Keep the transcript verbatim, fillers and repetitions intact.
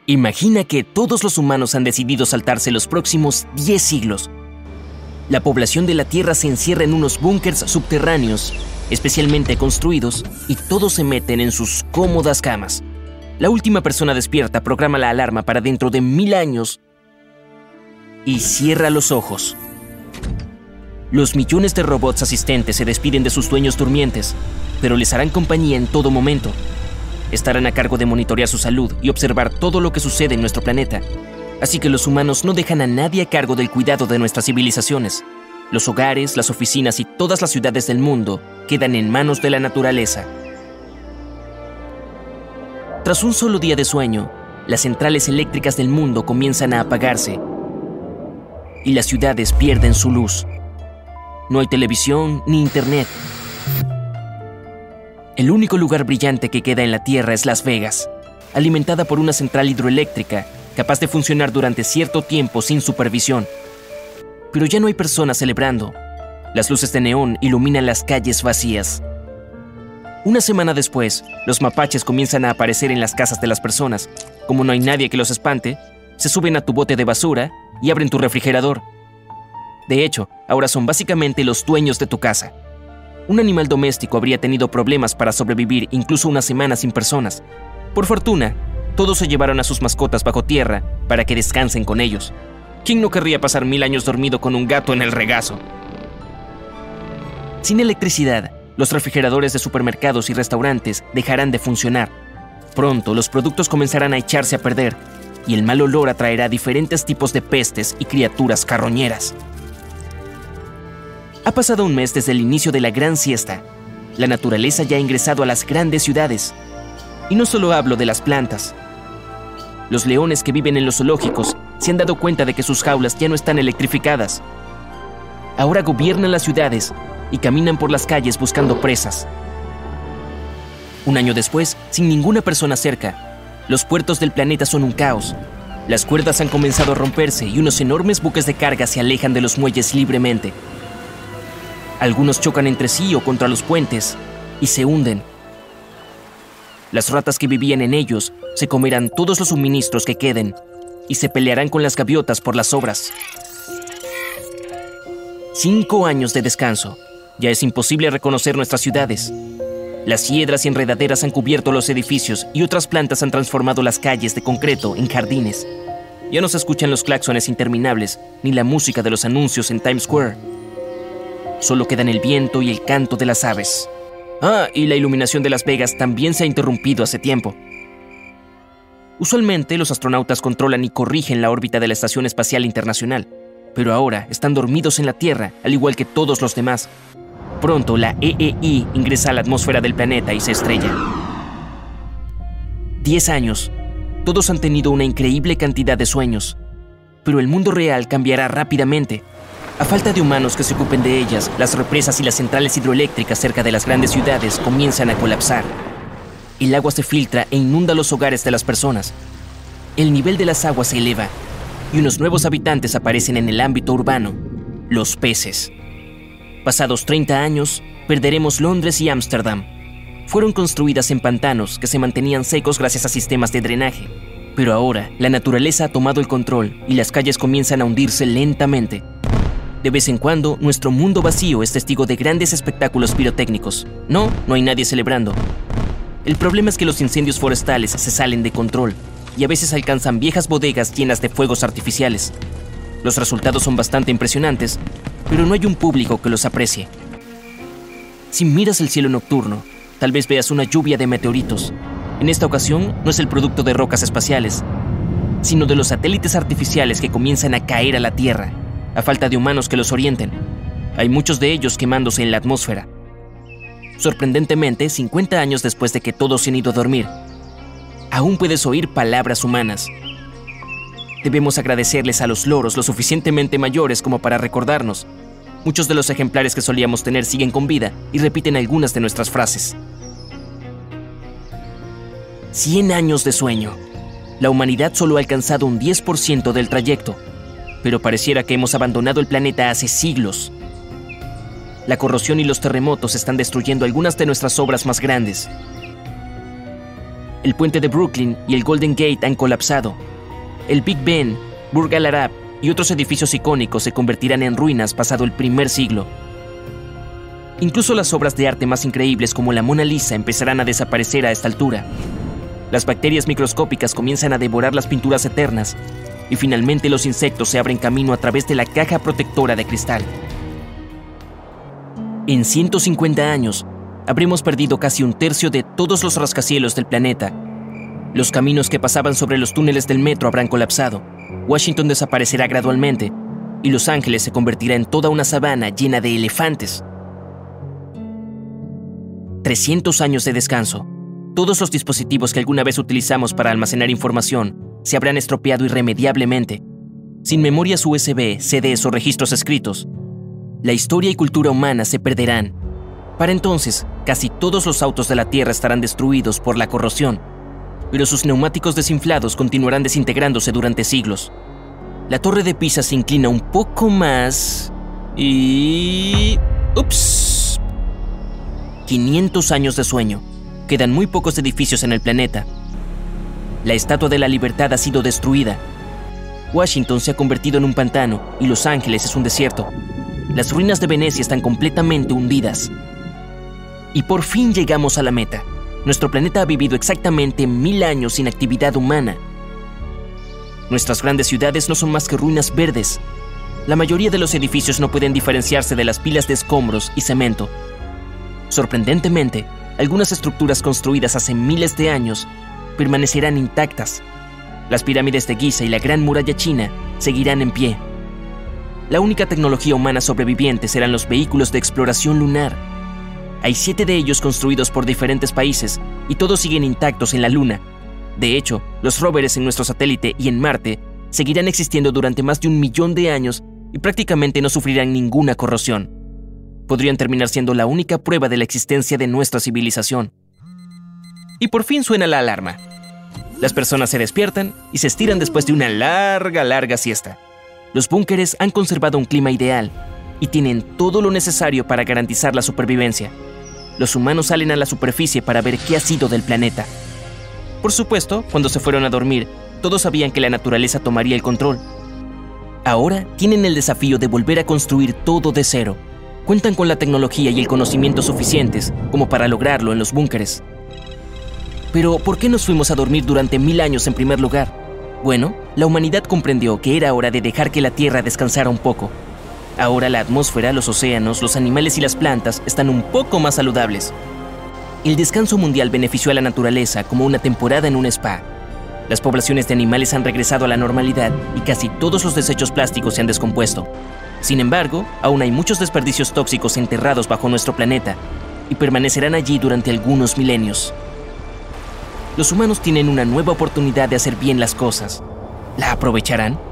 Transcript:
Imagina que todos los humanos han decidido saltarse los próximos diez siglos. La población de la Tierra se encierra en unos búnkers subterráneos, especialmente construidos, y todos se meten en sus cómodas camas. La última persona despierta programa la alarma para dentro de mil años y cierra los ojos. Los millones de robots asistentes se despiden de sus dueños durmientes, pero les harán compañía en todo momento. Estarán a cargo de monitorear su salud y observar todo lo que sucede en nuestro planeta. Así que los humanos no dejan a nadie a cargo del cuidado de nuestras civilizaciones. Los hogares, las oficinas y todas las ciudades del mundo quedan en manos de la naturaleza. Tras un solo día de sueño, las centrales eléctricas del mundo comienzan a apagarse y las ciudades pierden su luz. No hay televisión ni internet. El único lugar brillante que queda en la Tierra es Las Vegas, alimentada por una central hidroeléctrica capaz de funcionar durante cierto tiempo sin supervisión. Pero ya no hay personas celebrando. Las luces de neón iluminan las calles vacías. Una semana después, los mapaches comienzan a aparecer en las casas de las personas. Como no hay nadie que los espante, se suben a tu bote de basura y abren tu refrigerador. De hecho, ahora son básicamente los dueños de tu casa. Un animal doméstico habría tenido problemas para sobrevivir incluso una semana sin personas. Por fortuna, todos se llevaron a sus mascotas bajo tierra para que descansen con ellos. ¿Quién no querría pasar mil años dormido con un gato en el regazo? Sin electricidad, los refrigeradores de supermercados y restaurantes dejarán de funcionar. Pronto, los productos comenzarán a echarse a perder y el mal olor atraerá diferentes tipos de pestes y criaturas carroñeras. Ha pasado un mes desde el inicio de la gran siesta. La naturaleza ya ha ingresado a las grandes ciudades. Y no solo hablo de las plantas. Los leones que viven en los zoológicos se han dado cuenta de que sus jaulas ya no están electrificadas. Ahora gobiernan las ciudades y caminan por las calles buscando presas. Un año después, sin ninguna persona cerca, los puertos del planeta son un caos. Las cuerdas han comenzado a romperse y unos enormes buques de carga se alejan de los muelles libremente. Algunos chocan entre sí o contra los puentes y se hunden. Las ratas que vivían en ellos se comerán todos los suministros que queden y se pelearán con las gaviotas por las sobras. Cinco años de descanso. Ya es imposible reconocer nuestras ciudades. Las hiedras y enredaderas han cubierto los edificios y otras plantas han transformado las calles de concreto en jardines. Ya no se escuchan los claxones interminables ni la música de los anuncios en Times Square. Solo quedan el viento y el canto de las aves. Ah, y la iluminación de Las Vegas también se ha interrumpido hace tiempo. Usualmente los astronautas controlan y corrigen la órbita de la Estación Espacial Internacional, pero ahora están dormidos en la Tierra, al igual que todos los demás. Pronto la E E I ingresa a la atmósfera del planeta y se estrella. Diez años. Todos han tenido una increíble cantidad de sueños, pero el mundo real cambiará rápidamente. A falta de humanos que se ocupen de ellas, las represas y las centrales hidroeléctricas cerca de las grandes ciudades comienzan a colapsar. El agua se filtra e inunda los hogares de las personas. El nivel de las aguas se eleva y unos nuevos habitantes aparecen en el ámbito urbano, los peces. Pasados treinta años, perderemos Londres y Ámsterdam. Fueron construidas en pantanos que se mantenían secos gracias a sistemas de drenaje. Pero ahora, la naturaleza ha tomado el control y las calles comienzan a hundirse lentamente. De vez en cuando, nuestro mundo vacío es testigo de grandes espectáculos pirotécnicos. No, no hay nadie celebrando. El problema es que los incendios forestales se salen de control y a veces alcanzan viejas bodegas llenas de fuegos artificiales. Los resultados son bastante impresionantes, pero no hay un público que los aprecie. Si miras el cielo nocturno, tal vez veas una lluvia de meteoritos. En esta ocasión, no es el producto de rocas espaciales, sino de los satélites artificiales que comienzan a caer a la Tierra, a falta de humanos que los orienten. Hay muchos de ellos quemándose en la atmósfera. Sorprendentemente, cincuenta años después de que todos se han ido a dormir, aún puedes oír palabras humanas. Debemos agradecerles a los loros lo suficientemente mayores como para recordarnos. Muchos de los ejemplares que solíamos tener siguen con vida y repiten algunas de nuestras frases. Cien años de sueño. La humanidad solo ha alcanzado un diez por ciento del trayecto, pero pareciera que hemos abandonado el planeta hace siglos. La corrosión y los terremotos están destruyendo algunas de nuestras obras más grandes. El puente de Brooklyn y el Golden Gate han colapsado. El Big Ben, Burj Al Arab y otros edificios icónicos se convertirán en ruinas pasado el primer siglo. Incluso las obras de arte más increíbles como la Mona Lisa empezarán a desaparecer a esta altura. Las bacterias microscópicas comienzan a devorar las pinturas eternas y finalmente los insectos se abren camino a través de la caja protectora de cristal. En ciento cincuenta años, habremos perdido casi un tercio de todos los rascacielos del planeta. Los caminos que pasaban sobre los túneles del metro habrán colapsado, Washington desaparecerá gradualmente y Los Ángeles se convertirá en toda una sabana llena de elefantes. trescientos años de descanso. Todos los dispositivos que alguna vez utilizamos para almacenar información se habrán estropeado irremediablemente. Sin memorias U S B, C Ds o registros escritos, la historia y cultura humana se perderán. Para entonces, casi todos los autos de la Tierra estarán destruidos por la corrosión, pero sus neumáticos desinflados continuarán desintegrándose durante siglos. La Torre de Pisa se inclina un poco más y... ¡Ups! quinientos años de sueño. Quedan muy pocos edificios en el planeta. La Estatua de la Libertad ha sido destruida. Washington se ha convertido en un pantano y Los Ángeles es un desierto. Las ruinas de Venecia están completamente hundidas. Y por fin llegamos a la meta. Nuestro planeta ha vivido exactamente mil años sin actividad humana. Nuestras grandes ciudades no son más que ruinas verdes. La mayoría de los edificios no pueden diferenciarse de las pilas de escombros y cemento. Sorprendentemente, algunas estructuras construidas hace miles de años permanecerán intactas. Las pirámides de Giza y la Gran Muralla China seguirán en pie. La única tecnología humana sobreviviente serán los vehículos de exploración lunar. Hay siete de ellos construidos por diferentes países y todos siguen intactos en la Luna. De hecho, los rovers en nuestro satélite y en Marte seguirán existiendo durante más de un millón de años y prácticamente no sufrirán ninguna corrosión. Podrían terminar siendo la única prueba de la existencia de nuestra civilización. Y por fin suena la alarma. Las personas se despiertan y se estiran después de una larga, larga siesta. Los búnkeres han conservado un clima ideal y tienen todo lo necesario para garantizar la supervivencia. Los humanos salen a la superficie para ver qué ha sido del planeta. Por supuesto, cuando se fueron a dormir, todos sabían que la naturaleza tomaría el control. Ahora tienen el desafío de volver a construir todo de cero. Cuentan con la tecnología y el conocimiento suficientes como para lograrlo en los búnkeres. Pero, ¿por qué nos fuimos a dormir durante mil años en primer lugar? Bueno, la humanidad comprendió que era hora de dejar que la Tierra descansara un poco. Ahora la atmósfera, los océanos, los animales y las plantas están un poco más saludables. El descanso mundial benefició a la naturaleza como una temporada en un spa. Las poblaciones de animales han regresado a la normalidad y casi todos los desechos plásticos se han descompuesto. Sin embargo, aún hay muchos desperdicios tóxicos enterrados bajo nuestro planeta y permanecerán allí durante algunos milenios. Los humanos tienen una nueva oportunidad de hacer bien las cosas. ¿La aprovecharán?